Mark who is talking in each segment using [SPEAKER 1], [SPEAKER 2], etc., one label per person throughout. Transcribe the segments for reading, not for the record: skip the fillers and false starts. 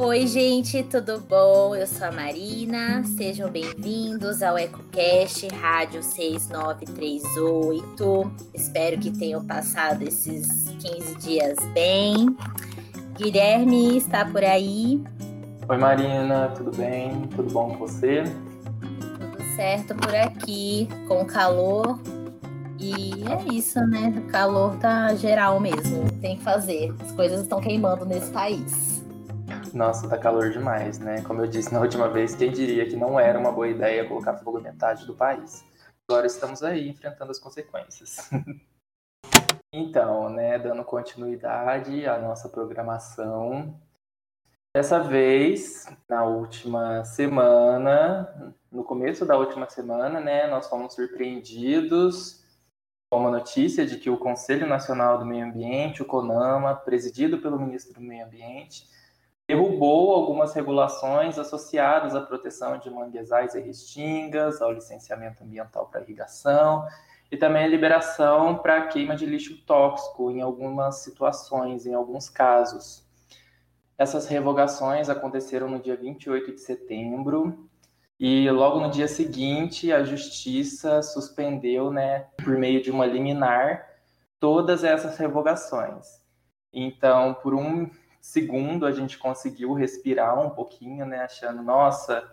[SPEAKER 1] Oi, gente, tudo bom? Eu sou a Marina, sejam bem-vindos ao EcoCast Rádio 6938. Espero que tenham passado esses 15 dias bem. Guilherme está por aí?
[SPEAKER 2] Oi, Marina, tudo bem? Tudo bom com você?
[SPEAKER 1] Tudo certo por aqui, com calor. E é isso, né? O calor tá geral mesmo, tem que fazer. As coisas estão queimando nesse país.
[SPEAKER 2] Nossa, tá calor demais, né? Como eu disse na última vez, quem diria que não era uma boa ideia colocar fogo na metade do país? Agora estamos aí enfrentando as consequências. Então, né, dando continuidade à nossa programação. Dessa vez, na última semana, no começo da última semana, né, nós fomos surpreendidos com uma notícia de que o Conselho Nacional do Meio Ambiente, o CONAMA, presidido pelo ministro do Meio Ambiente, derrubou algumas regulações associadas à proteção de manguezais e restingas, ao licenciamento ambiental para irrigação e também a liberação para a queima de lixo tóxico em algumas situações, em alguns casos. Essas revogações aconteceram no dia 28 de setembro e logo no dia seguinte a Justiça suspendeu, né, por meio de uma liminar, todas essas revogações. Então, por um segundo, a gente conseguiu respirar um pouquinho, né, achando, nossa,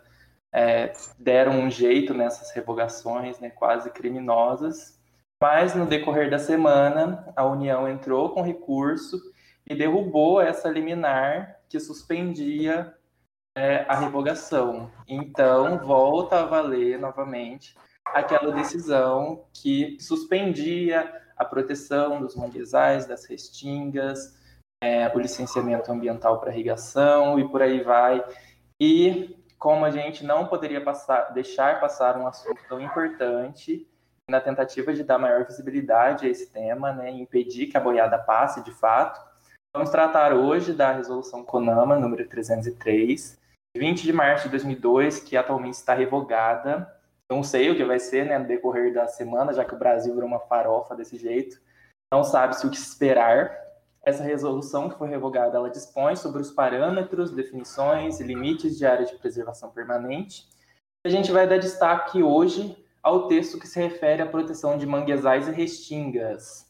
[SPEAKER 2] deram um jeito nessas revogações, né, quase criminosas. Mas, no decorrer da semana, a União entrou com recurso e derrubou essa liminar que suspendia a revogação. Então, volta a valer novamente aquela decisão que suspendia a proteção dos manguezais, das restingas, o licenciamento ambiental para irrigação e por aí vai. E como a gente não poderia deixar passar um assunto tão importante, na tentativa de dar maior visibilidade a esse tema, né, e impedir que a boiada passe de fato, vamos tratar hoje da resolução CONAMA, número 303, de 20 de março de 2002, que atualmente está revogada. Não sei o que vai ser, né, no decorrer da semana, já que o Brasil virou uma farofa desse jeito. Não sabe-se o que esperar. Essa resolução que foi revogada, ela dispõe sobre os parâmetros, definições e limites de área de preservação permanente. A gente vai dar destaque hoje ao texto que se refere à proteção de manguezais e restingas,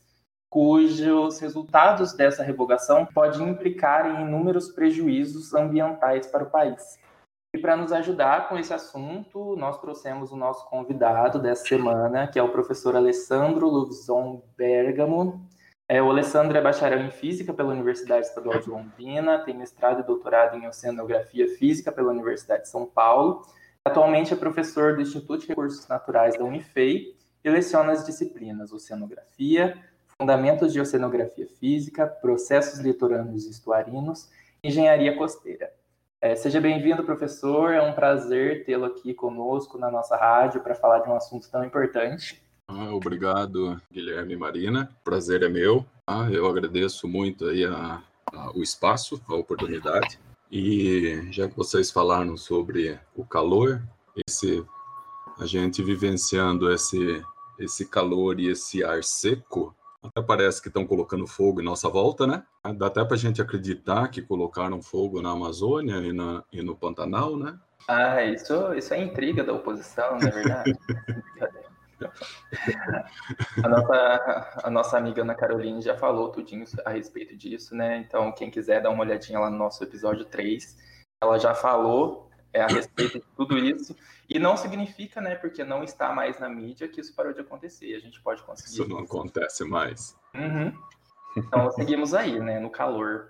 [SPEAKER 2] cujos resultados dessa revogação podem implicar em inúmeros prejuízos ambientais para o país. E para nos ajudar com esse assunto, nós trouxemos o nosso convidado dessa semana, que é o professor Alessandro Luvzon Bergamo. O Alessandro é bacharel em Física pela Universidade Estadual de Londrina, tem mestrado e doutorado em Oceanografia Física pela Universidade de São Paulo. Atualmente é professor do Instituto de Recursos Naturais da Unifei e leciona as disciplinas Oceanografia, Fundamentos de Oceanografia Física, Processos Litorâneos e Estuarinos, Engenharia Costeira. Seja bem-vindo, professor. É um prazer tê-lo aqui conosco na nossa rádio para falar de um assunto tão importante.
[SPEAKER 3] Obrigado, Guilherme e Marina. Prazer é meu. Eu agradeço muito aí o espaço, a oportunidade. E já que vocês falaram sobre o calor, a gente vivenciando esse calor e esse ar seco, até parece que estão colocando fogo em nossa volta, né? Dá até para a gente acreditar que colocaram fogo na Amazônia e no Pantanal, né?
[SPEAKER 2] Isso é intriga da oposição, não é verdade? A nossa amiga Ana Caroline já falou tudinho a respeito disso, né? Então, quem quiser dar uma olhadinha lá no nosso episódio 3, ela já falou a respeito de tudo isso. E não significa, né, porque não está mais na mídia, que isso parou de acontecer. A gente pode conseguir.
[SPEAKER 3] Isso não acontece mais.
[SPEAKER 2] Uhum. Então, seguimos aí, né, no calor.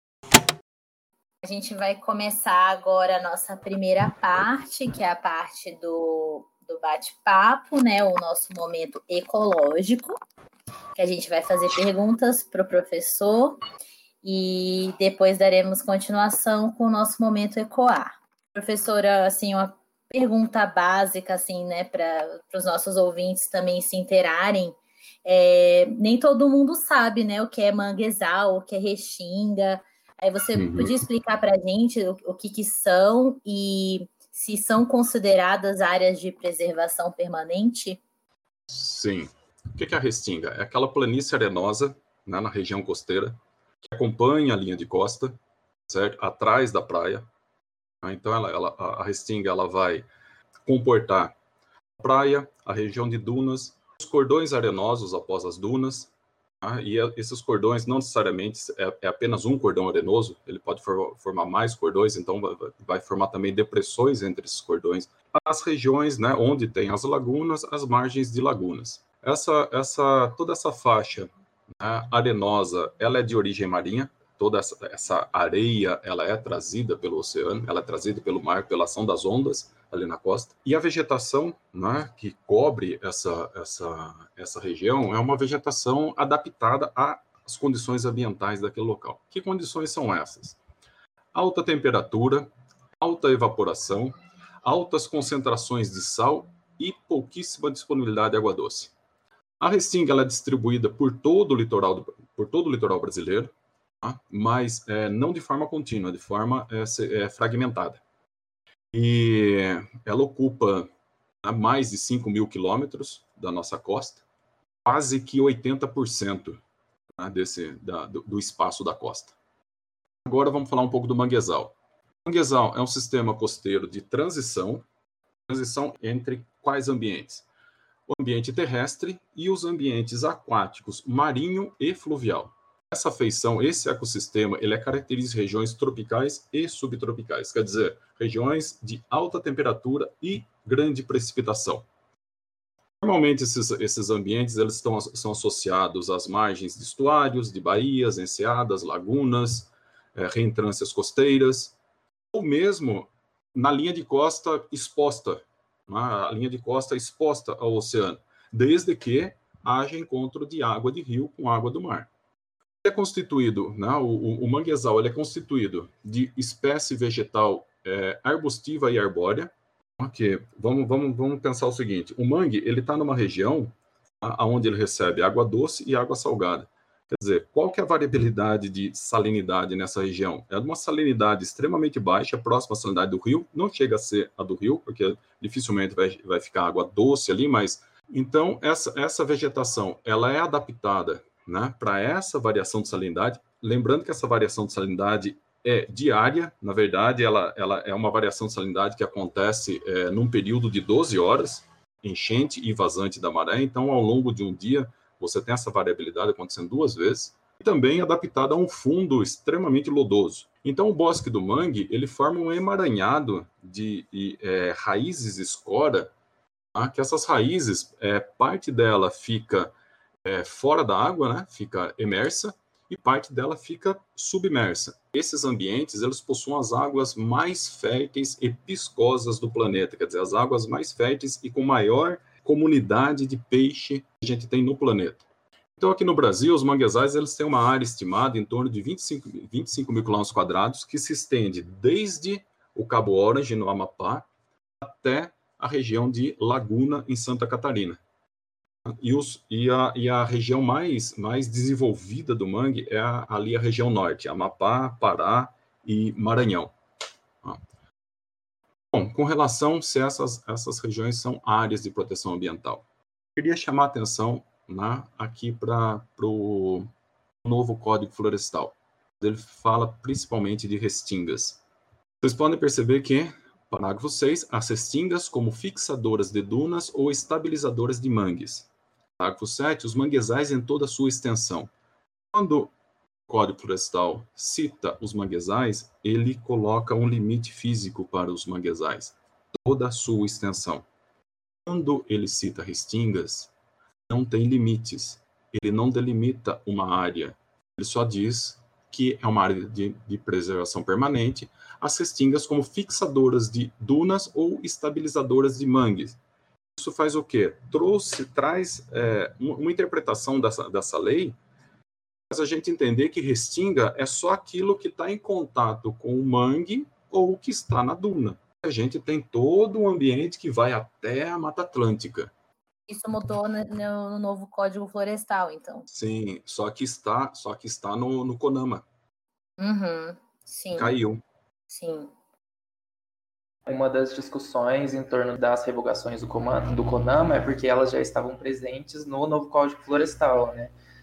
[SPEAKER 1] A gente vai começar agora a nossa primeira parte, que é a parte do bate-papo, né? O nosso momento ecológico, que a gente vai fazer perguntas para o professor e depois daremos continuação com o nosso momento ecoar. Professora, assim, uma pergunta básica, assim, né, para os nossos ouvintes também se inteirarem. Nem todo mundo sabe, né, o que é manguezal, o que é restinga. Aí você podia explicar para a gente o que são e se são consideradas áreas de preservação permanente?
[SPEAKER 3] Sim. O que é a restinga? É aquela planície arenosa, né, na região costeira, que acompanha a linha de costa, certo? Atrás da praia. Então, a restinga ela vai comportar a praia, a região de dunas, os cordões arenosos após as dunas, e esses cordões não necessariamente é apenas um cordão arenoso, ele pode formar mais cordões, então vai formar também depressões entre esses cordões. As regiões, né, onde tem as lagunas, as margens de lagunas. Toda essa faixa, né, arenosa, ela é de origem marinha. Toda essa areia, ela é trazida pelo oceano, ela é trazida pelo mar, pela ação das ondas ali na costa. E a vegetação, né, que cobre essa região é uma vegetação adaptada às condições ambientais daquele local. Que condições são essas? Alta temperatura, alta evaporação, altas concentrações de sal e pouquíssima disponibilidade de água doce. A restinga ela é distribuída por todo o litoral brasileiro, mas não de forma contínua, de forma fragmentada. E ela ocupa mais de 5.000 quilômetros da nossa costa, quase que 80%, né, do espaço da costa. Agora vamos falar um pouco do manguezal. O manguezal é um sistema costeiro de transição entre quais ambientes? O ambiente terrestre e os ambientes aquáticos, marinho e fluvial. Essa feição, esse ecossistema, ele é característico de regiões tropicais e subtropicais, quer dizer, regiões de alta temperatura e grande precipitação. Normalmente, esses ambientes eles são associados às margens de estuários, de baías, enseadas, lagunas, reentrâncias costeiras, ou mesmo na linha de costa exposta, a linha de costa exposta ao oceano, desde que haja encontro de água de rio com água do mar. É constituído, né, o manguezal ele é constituído de espécie vegetal arbustiva e arbórea. Okay. Vamos pensar o seguinte: o mangue ele está numa região onde ele recebe água doce e água salgada. Quer dizer, qual que é a variabilidade de salinidade nessa região? É de uma salinidade extremamente baixa, próxima à salinidade do rio. Não chega a ser a do rio, porque dificilmente vai ficar água doce ali, mas então essa vegetação ela é adaptada, né, para essa variação de salinidade, lembrando que essa variação de salinidade é diária, na verdade, ela é uma variação de salinidade que acontece num período de 12 horas, enchente e vazante da maré, então, ao longo de um dia, você tem essa variabilidade acontecendo 2 vezes, e também adaptada a um fundo extremamente lodoso. Então, o bosque do mangue, ele forma um emaranhado de raízes escora, que essas raízes, parte dela fica fora da água, né? Fica imersa, e parte dela fica submersa. Esses ambientes, eles possuem as águas mais férteis e viscosas do planeta, quer dizer, as águas mais férteis e com maior comunidade de peixe que a gente tem no planeta. Então, aqui no Brasil, os manguezais eles têm uma área estimada em torno de 25 mil quilômetros quadrados, que se estende desde o Cabo Orange, no Amapá, até a região de Laguna, em Santa Catarina. E a região mais desenvolvida do mangue é ali a região norte, Amapá, Pará e Maranhão. Bom, com relação se essas regiões são áreas de proteção ambiental, queria chamar a atenção, né, aqui para o novo Código Florestal. Ele fala principalmente de restingas. Vocês podem perceber que, parágrafo 6, as restingas como fixadoras de dunas ou estabilizadoras de mangues. Parágrafo 7, os manguezais em toda a sua extensão. Quando o Código Florestal cita os manguezais, ele coloca um limite físico para os manguezais, toda a sua extensão. Quando ele cita restingas, não tem limites, ele não delimita uma área, ele só diz que é uma área de preservação permanente, as restingas como fixadoras de dunas ou estabilizadoras de mangues. Isso faz o quê? Traz uma interpretação dessa lei, faz a gente entender que restinga é só aquilo que está em contato com o mangue ou que está na duna. A gente tem todo um ambiente que vai até a Mata Atlântica.
[SPEAKER 1] Isso mudou no novo Código Florestal, então?
[SPEAKER 3] Sim, só que está no CONAMA.
[SPEAKER 1] Uhum, sim.
[SPEAKER 3] Caiu.
[SPEAKER 1] Sim.
[SPEAKER 2] Uma das discussões em torno das revogações do CONAMA é porque elas já estavam presentes no novo Código Florestal, né?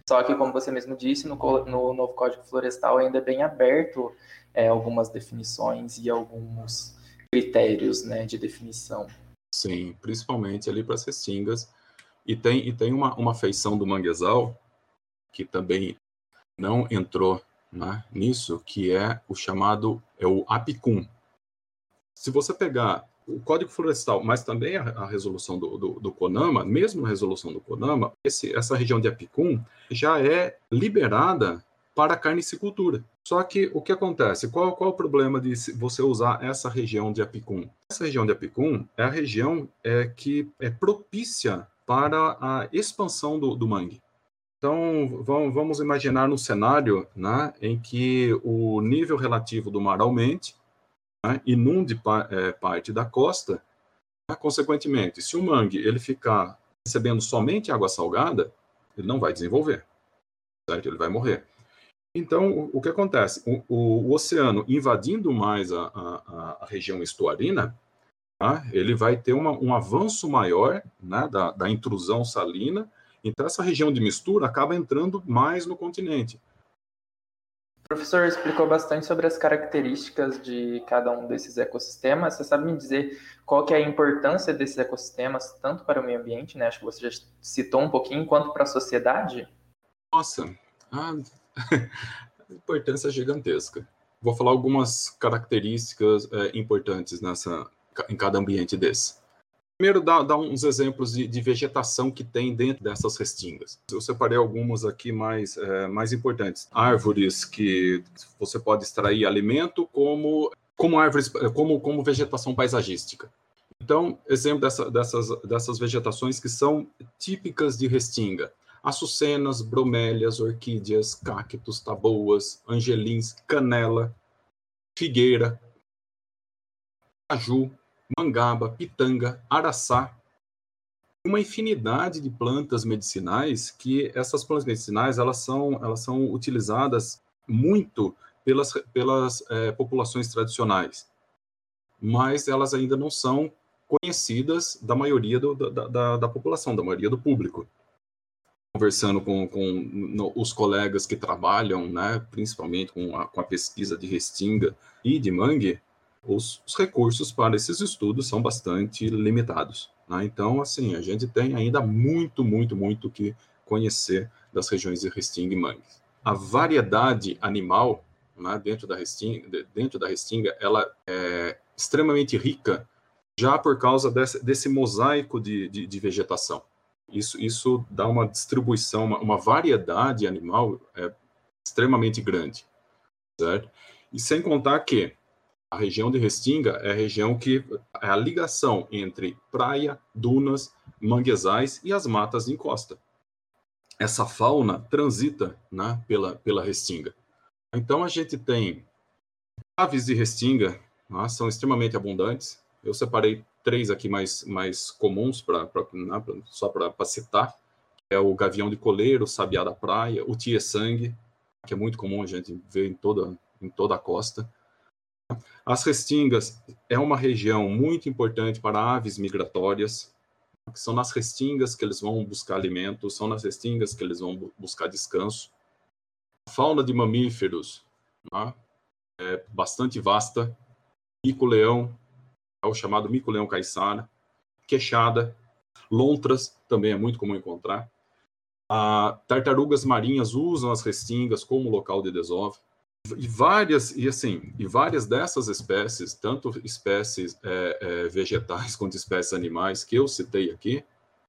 [SPEAKER 2] Só que, como você mesmo disse, no novo Código Florestal ainda é bem aberto algumas definições e alguns critérios, né, de definição.
[SPEAKER 3] Sim, principalmente ali para as restingas. E tem uma feição do manguezal que também não entrou, né, nisso, que é o chamado o apicum. Se você pegar o Código Florestal, mas também a resolução do CONAMA, mesmo na resolução do CONAMA, essa região de apicum já é liberada para a carnicicultura. Só que o que acontece? Qual o problema de você usar essa região de apicum? Essa região de apicum é a região que é propícia para a expansão do mangue. Então, vamos imaginar um cenário, né, em que o nível relativo do mar aumente, né, inunde parte da costa, né, consequentemente, se o mangue ele ficar recebendo somente água salgada, ele não vai desenvolver, certo? Ele vai morrer. Então, o que acontece? O oceano invadindo mais a região estuarina, tá, ele vai ter um avanço maior, né, da intrusão salina, então essa região de mistura acaba entrando mais no continente.
[SPEAKER 2] O professor explicou bastante sobre as características de cada um desses ecossistemas. Você sabe me dizer qual que é a importância desses ecossistemas, tanto para o meio ambiente, né? Acho que você já citou um pouquinho, quanto para a sociedade?
[SPEAKER 3] Nossa, a importância é gigantesca. Vou falar algumas características importantes em cada ambiente desse. Primeiro, dá uns exemplos de vegetação que tem dentro dessas restingas. Eu separei algumas aqui mais importantes. Árvores que você pode extrair alimento como árvores, como vegetação paisagística. Então, exemplo dessas vegetações que são típicas de restinga. Açucenas, bromélias, orquídeas, cactos, taboas, angelins, canela, figueira, caju, mangaba, pitanga, araçá, uma infinidade de plantas medicinais que essas plantas medicinais elas são utilizadas muito pelas populações tradicionais, mas elas ainda não são conhecidas da maioria da população, da maioria do público. Conversando com os colegas que trabalham, né, principalmente com a pesquisa de restinga e de mangue, os recursos para esses estudos são bastante limitados, né? Então, assim, a gente tem ainda muito que conhecer das regiões de restinga e mangue. A variedade animal, né, dentro da restinga, ela é extremamente rica já por causa desse mosaico de vegetação. Isso dá uma distribuição, uma variedade animal extremamente grande, certo? E sem contar que a região de restinga é a região que é a ligação entre praia, dunas, manguezais e as matas de encosta. Essa fauna transita, né, pela restinga. Então a gente tem aves de restinga, né, são extremamente abundantes. Eu separei 3 aqui mais comuns só para citar. É o gavião de coleiro, o sabiá da praia, o tie-sangue, que é muito comum a gente ver em toda a costa. As restingas é uma região muito importante para aves migratórias, que são nas restingas que eles vão buscar alimento, são nas restingas que eles vão buscar descanso. A fauna de mamíferos, né, é bastante vasta. Mico-leão, é o chamado mico-leão caiçara, queixada, lontras, também é muito comum encontrar. Tartarugas marinhas usam as restingas como local de desova. E várias dessas espécies, tanto espécies vegetais quanto espécies animais que eu citei aqui,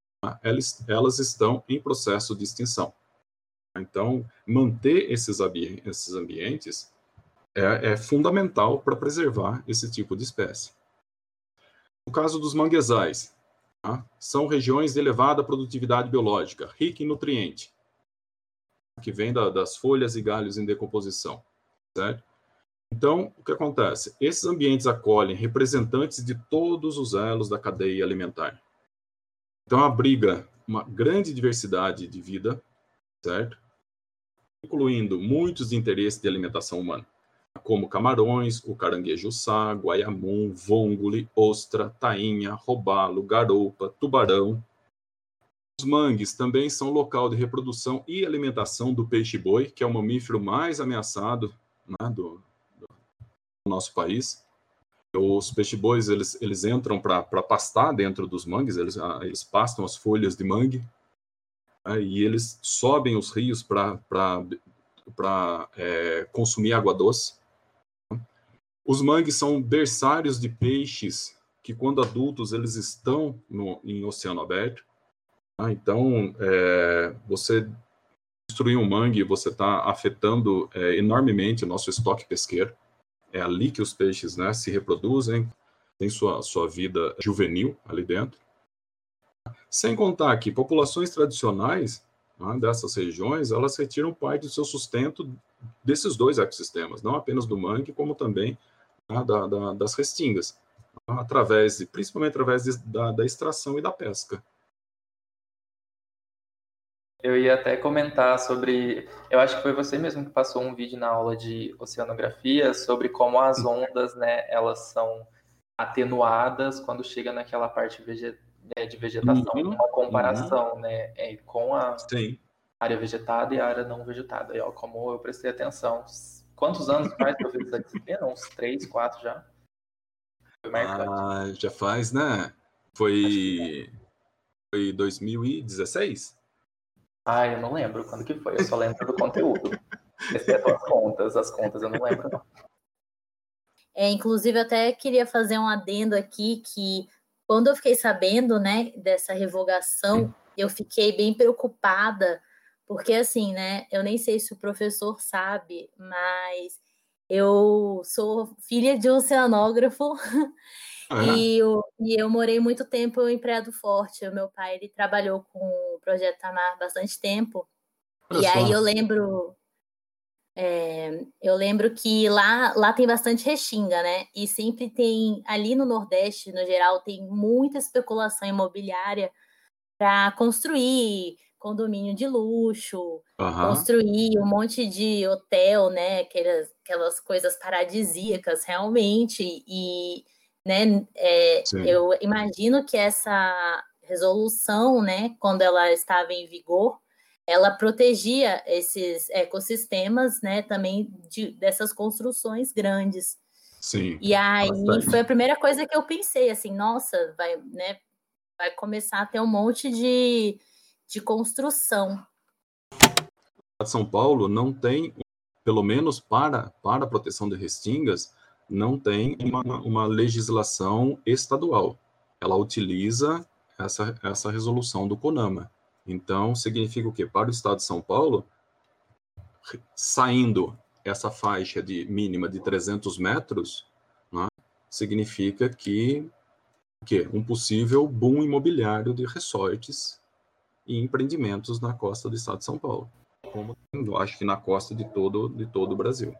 [SPEAKER 3] elas estão em processo de extinção. Então, manter esses ambientes é fundamental para preservar esse tipo de espécie. No caso dos manguezais, tá? São regiões de elevada produtividade biológica, rica em nutriente, que vem das folhas e galhos em decomposição, certo? Então, o que acontece? Esses ambientes acolhem representantes de todos os elos da cadeia alimentar. Então, abriga uma grande diversidade de vida, certo? Incluindo muitos de interesse de alimentação humana, como camarões, o caranguejo-sá, guaiamum, vongole, ostra, tainha, robalo, garoupa, tubarão, Os mangues também são local de reprodução e alimentação do peixe-boi, que é o mamífero mais ameaçado, né, do nosso país. Os peixe-bois, eles entram para pastar dentro dos mangues, eles pastam as folhas de mangue, né, e eles sobem os rios para consumir água doce. Os mangues são berçários de peixes que, quando adultos, eles estão em oceano aberto. Então, você destruir um mangue, você está afetando enormemente o nosso estoque pesqueiro. É ali que os peixes, né, se reproduzem, tem sua vida juvenil ali dentro. Sem contar que populações tradicionais, né, dessas regiões, elas retiram parte do seu sustento desses dois ecossistemas, não apenas do mangue, como também, né, das restingas, principalmente através da extração e da pesca.
[SPEAKER 2] Eu ia até comentar sobre... Eu acho que foi você mesmo que passou um vídeo na aula de oceanografia sobre como as ondas, né, elas são atenuadas quando chega naquela parte de vegetação. Uma comparação, né, com a área vegetada e a área não vegetada. E, ó, como eu prestei atenção. Quantos anos faz que eu fiz essa disciplina? Uns 3, 4 já? Foi marcante.
[SPEAKER 3] Já faz, né? Foi 2016?
[SPEAKER 2] Eu não lembro quando que foi, eu só lembro do conteúdo. Exceto as contas eu não lembro, não.
[SPEAKER 1] Inclusive, eu até queria fazer um adendo aqui, que quando eu fiquei sabendo, né, dessa revogação, eu fiquei bem preocupada, porque assim, né, eu nem sei se o professor sabe, mas eu sou filha de um oceanógrafo e eu morei muito tempo em Praia do Forte. O meu pai, ele trabalhou com o Projeto Tamar bastante tempo. E aí eu lembro que lá tem bastante restinga, né? E sempre tem, ali no Nordeste, no geral, tem muita especulação imobiliária para construir condomínio de luxo, construir um monte de hotel, né? Aquelas coisas paradisíacas, realmente. E, né, eu imagino que essa resolução, né, quando ela estava em vigor, ela protegia esses ecossistemas, né, também dessas construções grandes.
[SPEAKER 3] Sim.
[SPEAKER 1] E aí foi a primeira coisa que eu pensei, assim, nossa, vai começar a ter um monte de construção.
[SPEAKER 3] São Paulo não tem, pelo menos para a proteção de restingas, não tem uma legislação estadual. Ela utiliza essa resolução do CONAMA. Então, significa o quê? Para o estado de São Paulo, saindo essa faixa mínima de 300 metros, né, significa que um possível boom imobiliário de resorts e empreendimentos na costa do estado de São Paulo, como eu acho que na costa de todo o Brasil.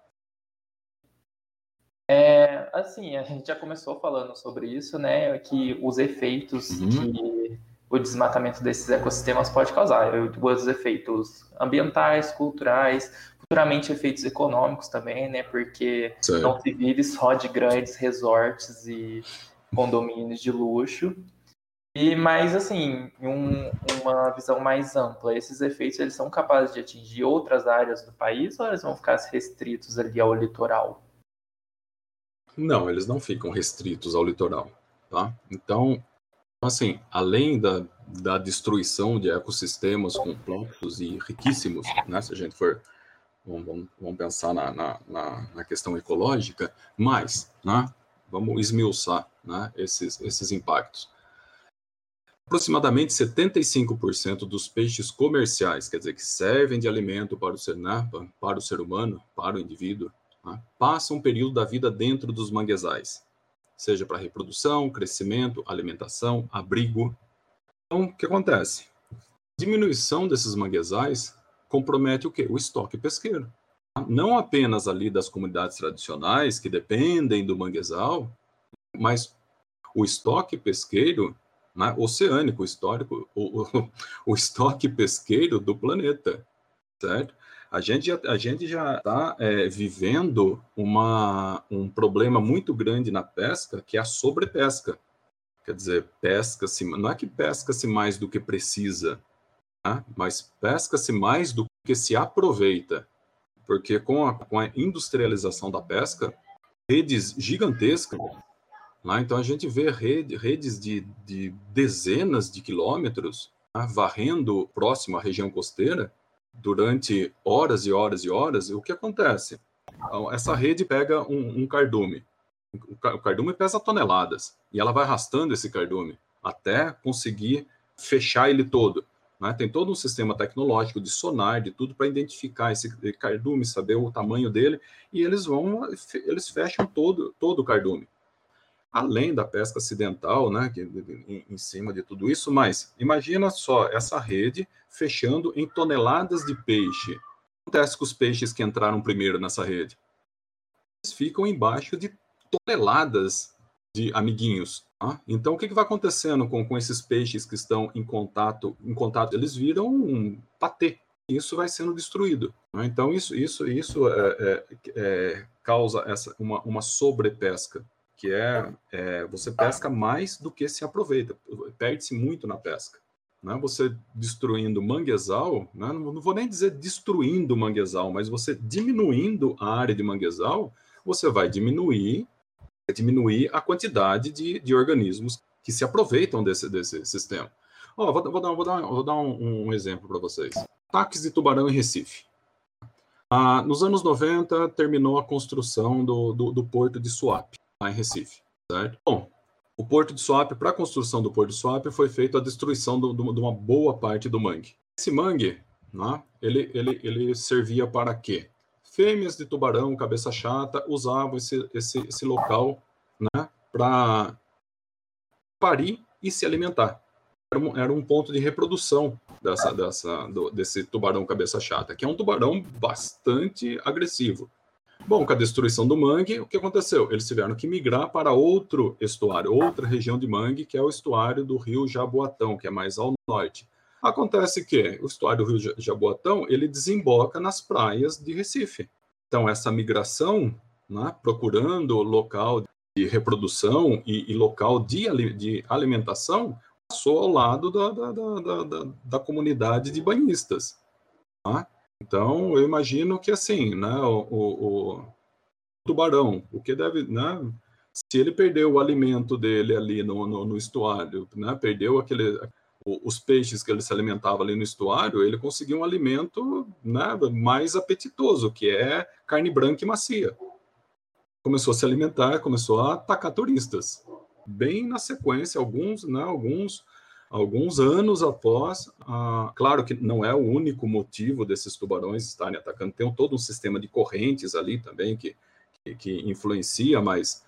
[SPEAKER 2] Assim, a gente já começou falando sobre isso, né, que os efeitos que o desmatamento desses ecossistemas pode causar, os efeitos ambientais, culturais, futuramente efeitos econômicos também, né, porque não se vive só de grandes resorts e condomínios de luxo. Mas, assim, uma visão mais ampla, esses efeitos eles são capazes de atingir outras áreas do país ou eles vão ficar restritos ali ao litoral?
[SPEAKER 3] Não, eles não ficam restritos ao litoral, tá? Então, assim, além da destruição de ecossistemas complexos e riquíssimos, né? Se a gente for, vamos pensar na questão ecológica, mas, né? Vamos esmiuçar, né? Esses impactos. Aproximadamente 75% dos peixes comerciais, quer dizer, que servem de alimento para o ser humano, para o indivíduo, né, passam um período da vida dentro dos manguezais, seja para reprodução, crescimento, alimentação, abrigo. Então, o que acontece? A diminuição desses manguezais compromete o quê? O estoque pesqueiro. Não apenas ali das comunidades tradicionais que dependem do manguezal, mas o estoque pesqueiro, né, oceânico, o estoque pesqueiro do planeta, certo? A gente já está vivendo um problema muito grande na pesca, que é a sobrepesca. Quer dizer, pesca-se, não é que pesca-se mais do que precisa, né? Mas pesca-se mais do que se aproveita. Porque com a industrialização da pesca, redes gigantescas, né? Então a gente vê redes de dezenas de quilômetros, né? Varrendo próximo à região costeira durante horas e horas e horas. E o que acontece? Essa rede pega um cardume. O cardume pesa toneladas e ela vai arrastando esse cardume até conseguir fechar ele todo, né? Tem todo um sistema tecnológico de sonar, de tudo para identificar esse cardume, saber o tamanho dele, e eles fecham todo o cardume. Além da pesca acidental, né, em cima de tudo isso, mas imagina só essa rede fechando em toneladas de peixe. O que acontece com os peixes que entraram primeiro nessa rede? Eles ficam embaixo de toneladas de amiguinhos. Tá? Então, o que vai acontecendo com esses peixes que estão em contato? Eles viram um patê. Isso vai sendo destruído. Tá? Então, isso causa uma sobrepesca, que você pesca mais do que se aproveita. Perde-se muito na pesca. Né? Você destruindo manguezal, né? Não vou nem dizer destruindo manguezal, mas você diminuindo a área de manguezal, você vai diminuir a quantidade de organismos que se aproveitam desse sistema. Vou dar um exemplo para vocês. Ataques de tubarão em Recife. Nos anos 90, terminou a construção do porto de Suape, lá em Recife. Certo? Bom, o porto de Suape, para a construção do porto de Suape, foi feita a destruição de uma boa parte do mangue. Esse mangue, né, ele servia para quê? Fêmeas de tubarão, cabeça chata, usavam esse local, né, para parir e se alimentar. Era um ponto de reprodução desse tubarão cabeça chata, que é um tubarão bastante agressivo. Bom, com a destruição do mangue, o que aconteceu? Eles tiveram que migrar para outro estuário, outra região de mangue, que é o estuário do rio Jaboatão, que é mais ao norte. Acontece que o estuário do rio Jaboatão, ele desemboca nas praias de Recife. Então, essa migração, né, procurando local de reprodução e local de alimentação, passou ao lado da comunidade de banhistas. Tá? Então, eu imagino que, assim, né, o tubarão, o que deve, né, se ele perdeu o alimento dele ali no estuário, né, perdeu os peixes que ele se alimentava ali no estuário, ele conseguiu um alimento, né, mais apetitoso, que é carne branca e macia. Começou a se alimentar, começou a atacar turistas. Bem na sequência, alguns anos após, claro que não é o único motivo desses tubarões estarem atacando, tem todo um sistema de correntes ali também que influencia, mas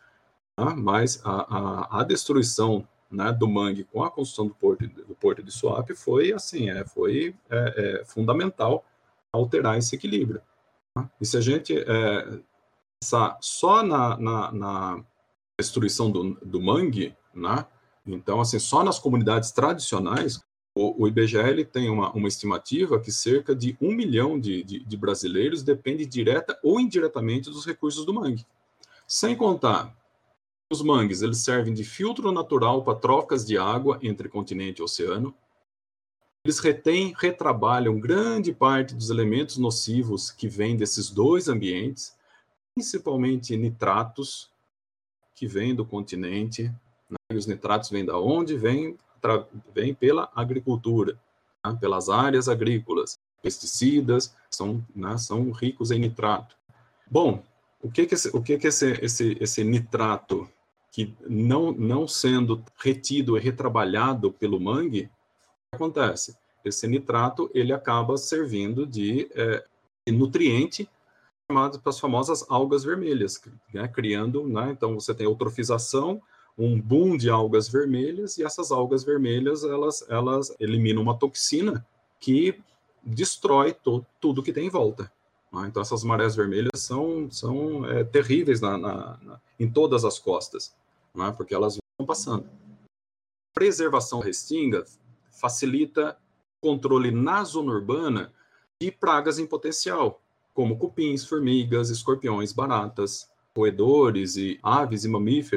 [SPEAKER 3] a destruição, né, do mangue com a construção do porto de Suape foi fundamental alterar esse equilíbrio. Tá? E se a gente pensar só na destruição do mangue, né? Então, assim, só nas comunidades tradicionais, o IBGE ele tem uma estimativa que cerca de 1 milhão de brasileiros depende direta ou indiretamente dos recursos do mangue. Sem contar, os mangues eles servem de filtro natural para trocas de água entre continente e oceano. Eles retrabalham grande parte dos elementos nocivos que vêm desses dois ambientes, principalmente nitratos, que vêm do continente. E os nitratos vêm da onde? Vêm pela agricultura, né? Pelas áreas agrícolas. Pesticidas são ricos em nitrato. Bom, o que esse nitrato, que não sendo retido e retrabalhado pelo mangue, acontece? Esse nitrato ele acaba servindo de nutriente chamado para as famosas algas vermelhas, né? Criando, né? Então você tem eutrofização, um boom de algas vermelhas, e essas algas vermelhas elas eliminam uma toxina que destrói tudo que tem em volta. Né? Então essas marés vermelhas são terríveis em todas as costas, né? Porque elas vão passando. A preservação da restinga facilita o controle na zona urbana de pragas em potencial, como cupins, formigas, escorpiões, baratas, roedores e aves e mamíferos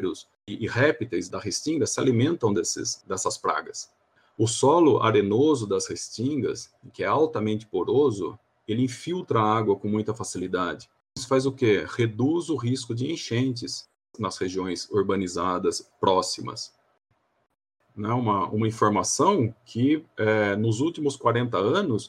[SPEAKER 3] e répteis da restinga se alimentam dessas pragas. O solo arenoso das restingas, que é altamente poroso, ele infiltra a água com muita facilidade. Isso faz o quê? Reduz o risco de enchentes nas regiões urbanizadas próximas. Uma informação que, nos últimos 40 anos,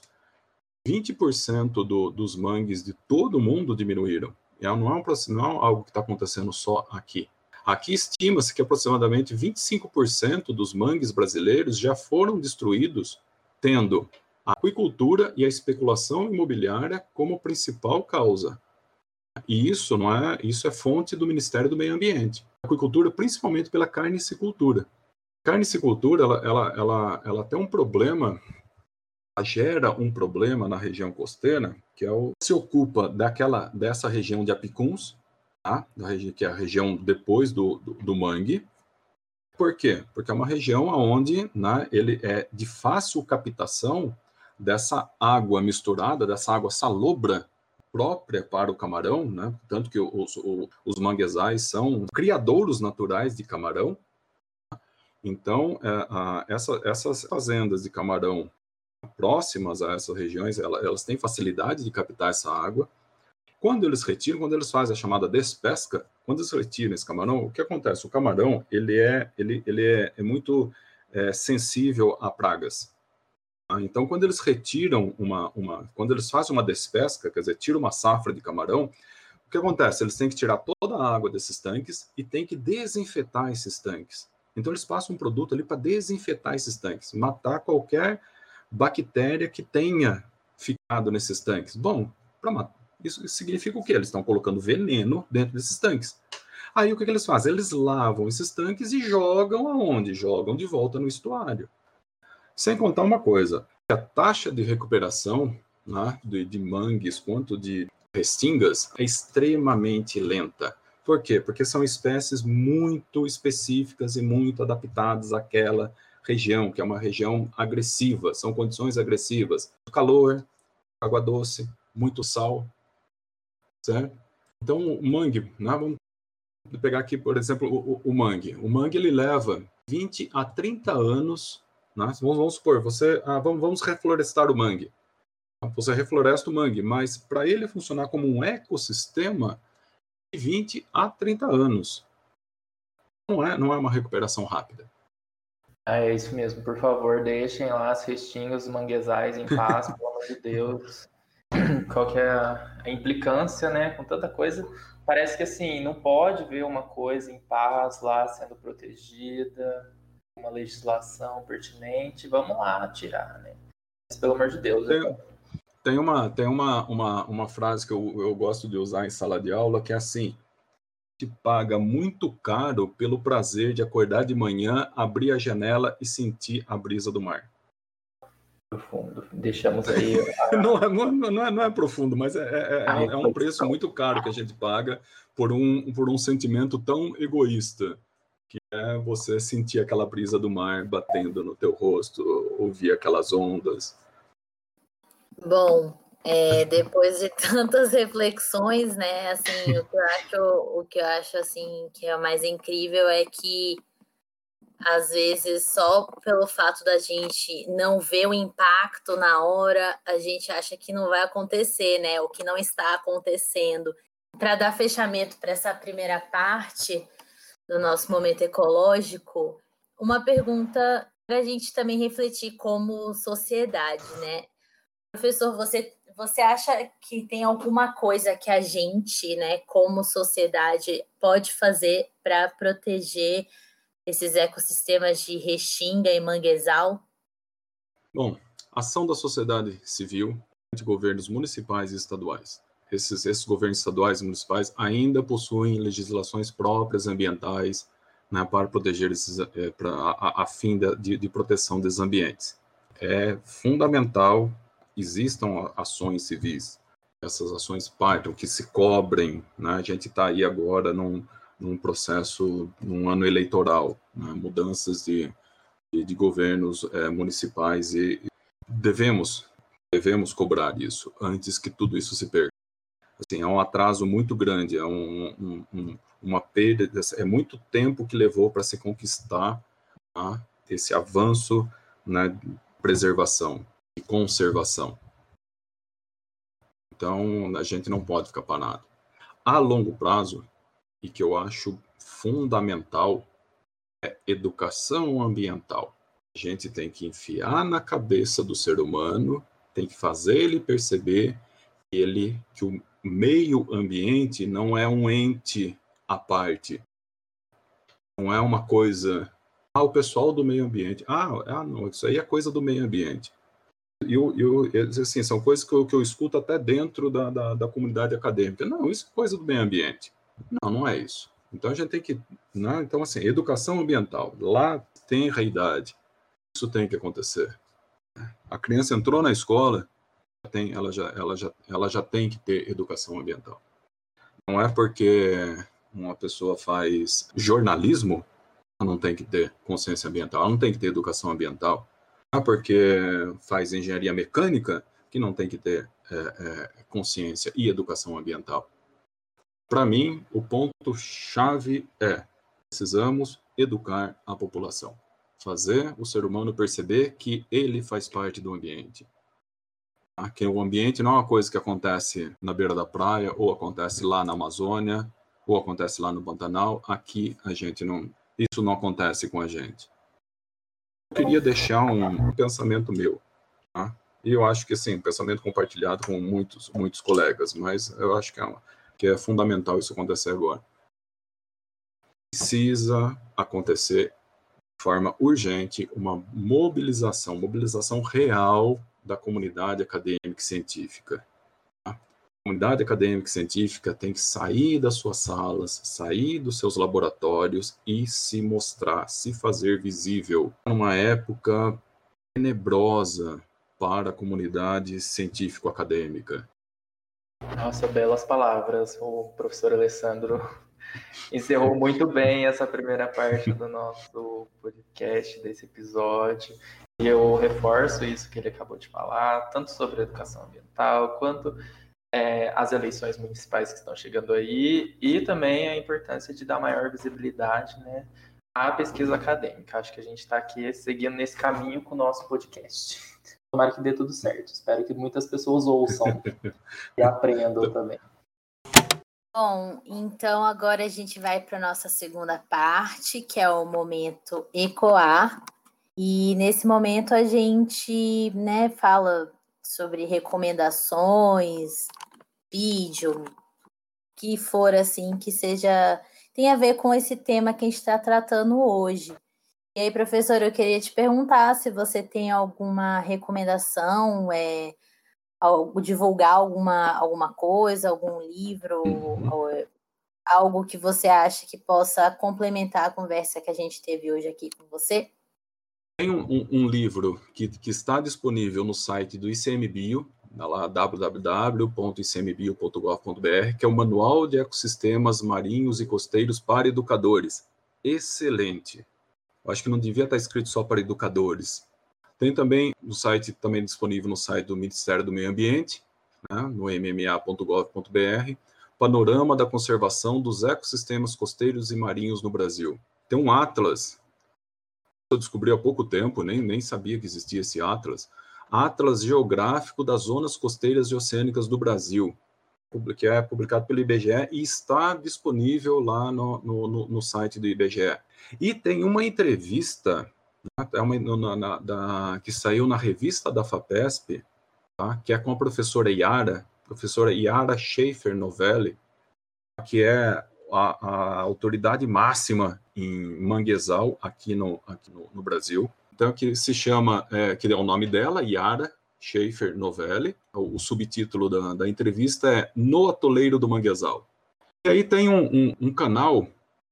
[SPEAKER 3] 20% dos mangues de todo o mundo diminuíram. Não é algo que está acontecendo só aqui. Aqui estima-se que aproximadamente 25% dos mangues brasileiros já foram destruídos, tendo a aquicultura e a especulação imobiliária como principal causa. E isso é fonte do Ministério do Meio Ambiente. A aquicultura, principalmente pela carnicicultura. A carnicicultura, ela tem um problema, ela gera um problema na região costeira, que se ocupa dessa região de Apicuns, tá? Que é a região depois do mangue. Por quê? Porque é uma região onde, né, ele é de fácil captação dessa água misturada, dessa água salobra própria para o camarão, né? Tanto que os manguezais são criadouros naturais de camarão. Então, essas fazendas de camarão próximas a essas regiões, elas têm facilidade de captar essa água. Quando eles fazem a chamada despesca, quando eles retiram esse camarão, o que acontece? O camarão, ele é muito sensível a pragas. Então, quando eles retiram quando eles fazem uma despesca, quer dizer, tiram uma safra de camarão, o que acontece? Eles têm que tirar toda a água desses tanques e têm que desinfetar esses tanques. Então, eles passam um produto ali para desinfetar esses tanques, matar qualquer bactéria que tenha ficado nesses tanques. Bom, isso significa o quê? Eles estão colocando veneno dentro desses tanques. Aí, o que eles fazem? Eles lavam esses tanques e jogam aonde? Jogam de volta no estuário. Sem contar uma coisa, a taxa de recuperação, né, de mangues quanto de restingas é extremamente lenta. Por quê? Porque são espécies muito específicas e muito adaptadas àquela região, que é uma região agressiva, são condições agressivas. Calor, água doce, muito sal, certo? Então, o mangue, né, vamos pegar aqui, por exemplo, o mangue. O mangue, ele leva 20 a 30 anos, né? Vamos supor, vamos reflorestar o mangue. Você refloresta o mangue, mas para ele funcionar como um ecossistema, de 20 a 30 anos. Não é uma recuperação rápida.
[SPEAKER 2] É isso mesmo, por favor, deixem lá as restingas, os manguezais em paz, pelo amor de Deus. Qual que é a implicância, né, com tanta coisa? Parece que, assim, não pode ver uma coisa em paz lá sendo protegida, uma legislação pertinente, vamos lá tirar, né? Mas, pelo amor de Deus.
[SPEAKER 3] Tem uma frase que eu gosto de usar em sala de aula, que é assim: te paga muito caro pelo prazer de acordar de manhã, abrir a janela e sentir a brisa do mar.
[SPEAKER 2] Profundo. Deixamos aí.
[SPEAKER 3] Não é profundo, mas é um preço muito caro que a gente paga por um sentimento tão egoísta, que é você sentir aquela brisa do mar batendo no teu rosto, ouvir aquelas ondas.
[SPEAKER 1] Bom, depois de tantas reflexões, né, assim, o que eu acho assim que é mais incrível é que às vezes só pelo fato da gente não ver o impacto na hora, a gente acha que não vai acontecer, né, o que não está acontecendo. Para dar fechamento para essa primeira parte do nosso momento ecológico, uma pergunta para a gente também refletir como sociedade, né? Professor, você acha que tem alguma coisa que a gente, né, como sociedade, pode fazer para proteger esses ecossistemas de restinga e manguezal?
[SPEAKER 3] Bom, ação da sociedade civil, de governos municipais e estaduais. Esses governos estaduais e municipais ainda possuem legislações próprias ambientais, né, para proteger a fim de proteção desses ambientes. É fundamental existam ações civis. Essas ações partam, que se cobrem, né? A gente está aí agora num processo, num ano eleitoral, né? Mudanças de governos municipais e devemos cobrar isso antes que tudo isso se perca. Assim, é um atraso muito grande, é uma perda, é muito tempo que levou para se conquistar, tá, esse avanço na, né, preservação e conservação. Então, a gente não pode ficar parado. A longo prazo, e que eu acho fundamental, é educação ambiental. A gente tem que enfiar na cabeça do ser humano, tem que fazer ele perceber que o meio ambiente não é um ente à parte. Não é uma coisa... o pessoal do meio ambiente. Não, isso aí é coisa do meio ambiente. Assim, são coisas que eu escuto até dentro da comunidade acadêmica. Não, isso é coisa do meio ambiente. Não, não é isso. Então, a gente tem que... Né? Então, assim, educação ambiental. Lá tem realidade. Isso tem que acontecer. A criança entrou na escola, ela já tem que ter educação ambiental. Não é porque uma pessoa faz jornalismo, ela não tem que ter consciência ambiental, ela não tem que ter educação ambiental. Não é porque faz engenharia mecânica que não tem que ter consciência e educação ambiental. Para mim, o ponto-chave precisamos educar a população. Fazer o ser humano perceber que ele faz parte do ambiente. Que o ambiente não é uma coisa que acontece na beira da praia, ou acontece lá na Amazônia, ou acontece lá no Pantanal. Aqui isso não acontece com a gente. Eu queria deixar um pensamento meu, tá? E eu acho que assim, um pensamento compartilhado com muitos colegas, mas eu acho que é fundamental isso acontecer agora. Precisa acontecer de forma urgente uma mobilização real da comunidade acadêmica e científica. A comunidade acadêmica e científica tem que sair das suas salas, sair dos seus laboratórios e se mostrar, se fazer visível. Numa época tenebrosa para a comunidade científico-acadêmica.
[SPEAKER 2] Nossa, belas palavras, o professor Alessandro encerrou muito bem essa primeira parte do nosso podcast, desse episódio. E eu reforço isso que ele acabou de falar, tanto sobre educação ambiental, quanto as eleições municipais que estão chegando aí, e também a importância de dar maior visibilidade, né, à pesquisa acadêmica. Acho que a gente está aqui seguindo nesse caminho com o nosso podcast. Tomara que dê tudo certo. Espero que muitas pessoas ouçam e aprendam também.
[SPEAKER 1] Bom, então agora a gente vai para a nossa segunda parte, que é o momento ECOAR. E nesse momento a gente, né, fala sobre recomendações, vídeo, que for assim, que tem a ver com esse tema que a gente está tratando hoje. E aí, professor, eu queria te perguntar se você tem alguma recomendação, divulgar alguma coisa, algum livro, algo que você acha que possa complementar a conversa que a gente teve hoje aqui com você?
[SPEAKER 3] Tem um livro que está disponível no site do ICMBio, lá www.icmbio.gov.br, que é o Manual de Ecossistemas Marinhos e Costeiros para Educadores. Excelente. Eu acho que não devia estar escrito só para educadores. Tem também disponível no site do Ministério do Meio Ambiente, né, no mma.gov.br, Panorama da Conservação dos Ecossistemas Costeiros e Marinhos no Brasil. Tem um atlas, eu descobri há pouco tempo, nem sabia que existia esse atlas geográfico das zonas costeiras e oceânicas do Brasil, que é publicado pelo IBGE e está disponível lá no site do IBGE. E tem uma entrevista, né, que saiu na revista da FAPESP, tá, que é com a professora Yara Schaefer Novelli, que é a autoridade máxima em manguezal aqui no Brasil. Então, que se chama, que é o nome dela, Yara Schaefer Novelli. O subtítulo da entrevista é No Atoleiro do Manguezal. E aí tem um canal,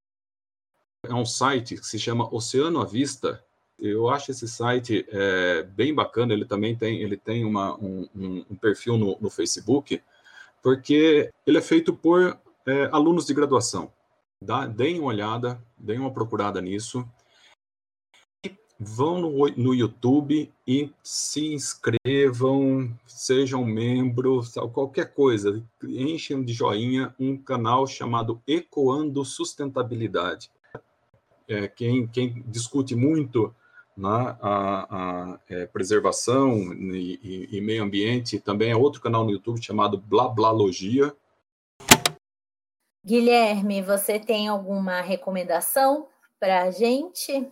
[SPEAKER 3] é um site que se chama Oceano à Vista. Eu acho esse site bem bacana. Ele também tem um perfil no Facebook, porque ele é feito por alunos de graduação. Deem uma olhada, deem uma procurada nisso. E vão no YouTube e se inscrevam, sejam membros, qualquer coisa, enchem de joinha um canal chamado Ecoando Sustentabilidade. Quem discute muito a preservação e meio ambiente, também é outro canal no YouTube chamado Blablalogia.
[SPEAKER 1] Guilherme, você tem alguma recomendação para a gente?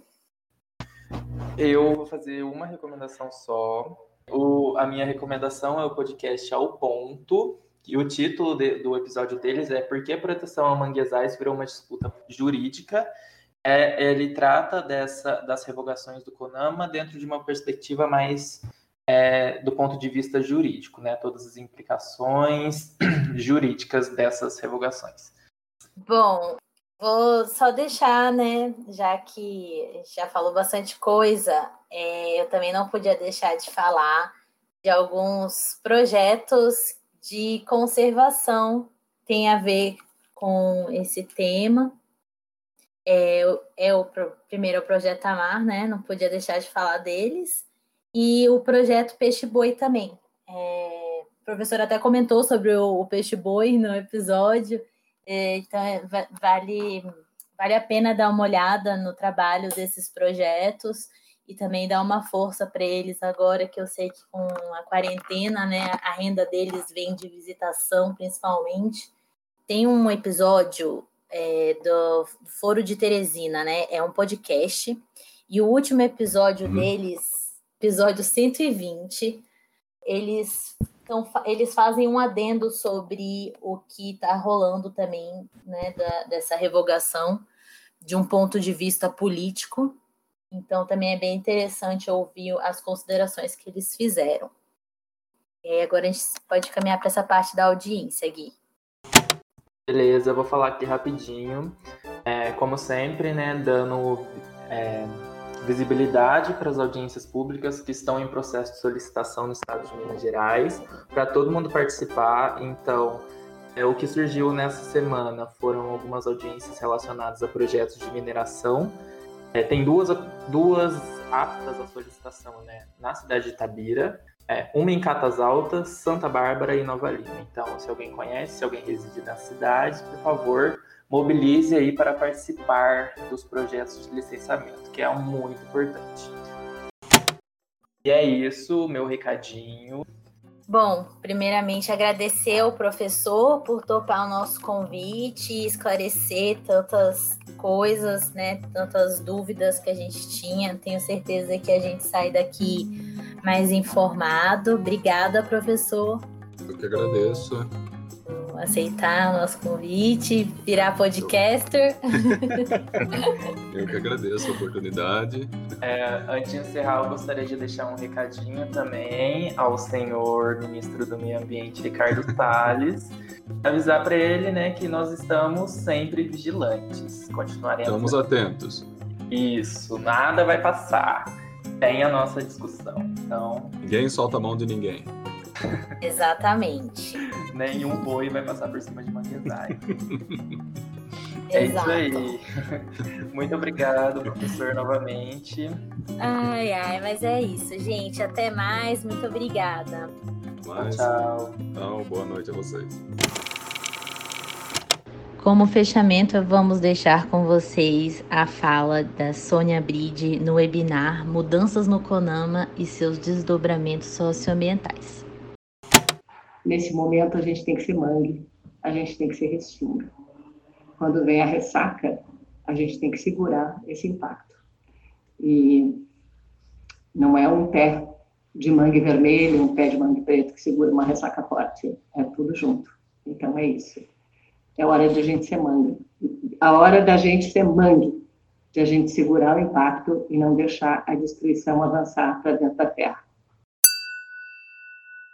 [SPEAKER 2] Eu vou fazer uma recomendação só. A minha recomendação é o podcast Ao Ponto, e o título do episódio deles é Por que a proteção a manguezais virou uma disputa jurídica? Ele trata das revogações do CONAMA dentro de uma perspectiva mais do ponto de vista jurídico, né? Todas as implicações jurídicas dessas revogações.
[SPEAKER 1] Bom, vou só deixar, né, já que já falou bastante coisa, eu também não podia deixar de falar de alguns projetos de conservação que tem a ver com esse tema. Primeiro o Projeto Amar, né, não podia deixar de falar deles, e o Projeto Peixe Boi também. O professor até comentou sobre o Peixe Boi no episódio. Então, vale a pena dar uma olhada no trabalho desses projetos e também dar uma força para eles agora, que eu sei que com a quarentena, né, a renda deles vem de visitação, principalmente. Tem um episódio do Foro de Teresina, né, é um podcast, e o último episódio deles, episódio 120, eles fazem um adendo sobre o que está rolando também, né, dessa revogação de um ponto de vista político. Então, também é bem interessante ouvir as considerações que eles fizeram. E agora a gente pode caminhar para essa parte da audiência, Gui.
[SPEAKER 2] Beleza, eu vou falar aqui rapidinho. Como sempre, né, dando visibilidade para as audiências públicas que estão em processo de solicitação no estado de Minas Gerais, para todo mundo participar. Então, o que surgiu nessa semana foram algumas audiências relacionadas a projetos de mineração. Tem duas aptas à solicitação, né, na cidade de Itabira, uma em Catas Altas, Santa Bárbara e Nova Lima. Então, se alguém conhece, se alguém reside nas cidades, por favor, mobilize aí para participar dos projetos de licenciamento, que é muito importante. E é isso, meu recadinho.
[SPEAKER 1] Bom, primeiramente agradecer ao professor por topar o nosso convite e esclarecer tantas coisas, né, tantas dúvidas que a gente tinha. Tenho certeza que a gente sai daqui mais informado. Obrigada, professor.
[SPEAKER 3] Eu que agradeço.
[SPEAKER 1] Aceitar o nosso convite, virar podcaster.
[SPEAKER 3] Eu que agradeço a oportunidade.
[SPEAKER 2] Antes de encerrar, eu gostaria de deixar um recadinho também ao senhor ministro do Meio Ambiente, Ricardo Salles, avisar para ele, né, que nós estamos sempre vigilantes. Continuaremos.
[SPEAKER 3] Estamos atentos.
[SPEAKER 2] Isso, nada vai passar. Tem a nossa discussão. Então,
[SPEAKER 3] ninguém solta a mão de ninguém.
[SPEAKER 1] Exatamente.
[SPEAKER 2] Nenhum boi vai passar por cima de manguezais.
[SPEAKER 1] Exato.
[SPEAKER 2] Isso aí. Muito obrigado, professor, novamente.
[SPEAKER 1] Mas é isso, gente. Até mais. Muito obrigada.
[SPEAKER 2] Tchau.
[SPEAKER 3] Então, boa noite a vocês.
[SPEAKER 1] Como fechamento, vamos deixar com vocês a fala da Sônia Bride no webinar Mudanças no CONAMA e seus desdobramentos socioambientais.
[SPEAKER 4] Nesse momento, a gente tem que ser mangue, a gente tem que ser restinga. Quando vem a ressaca, a gente tem que segurar esse impacto. E não é um pé de mangue vermelho, um pé de mangue preto que segura uma ressaca forte. É tudo junto. Então, é isso. É hora de a gente ser mangue. A hora da gente ser mangue, de a gente segurar o impacto e não deixar a destruição avançar para dentro da terra.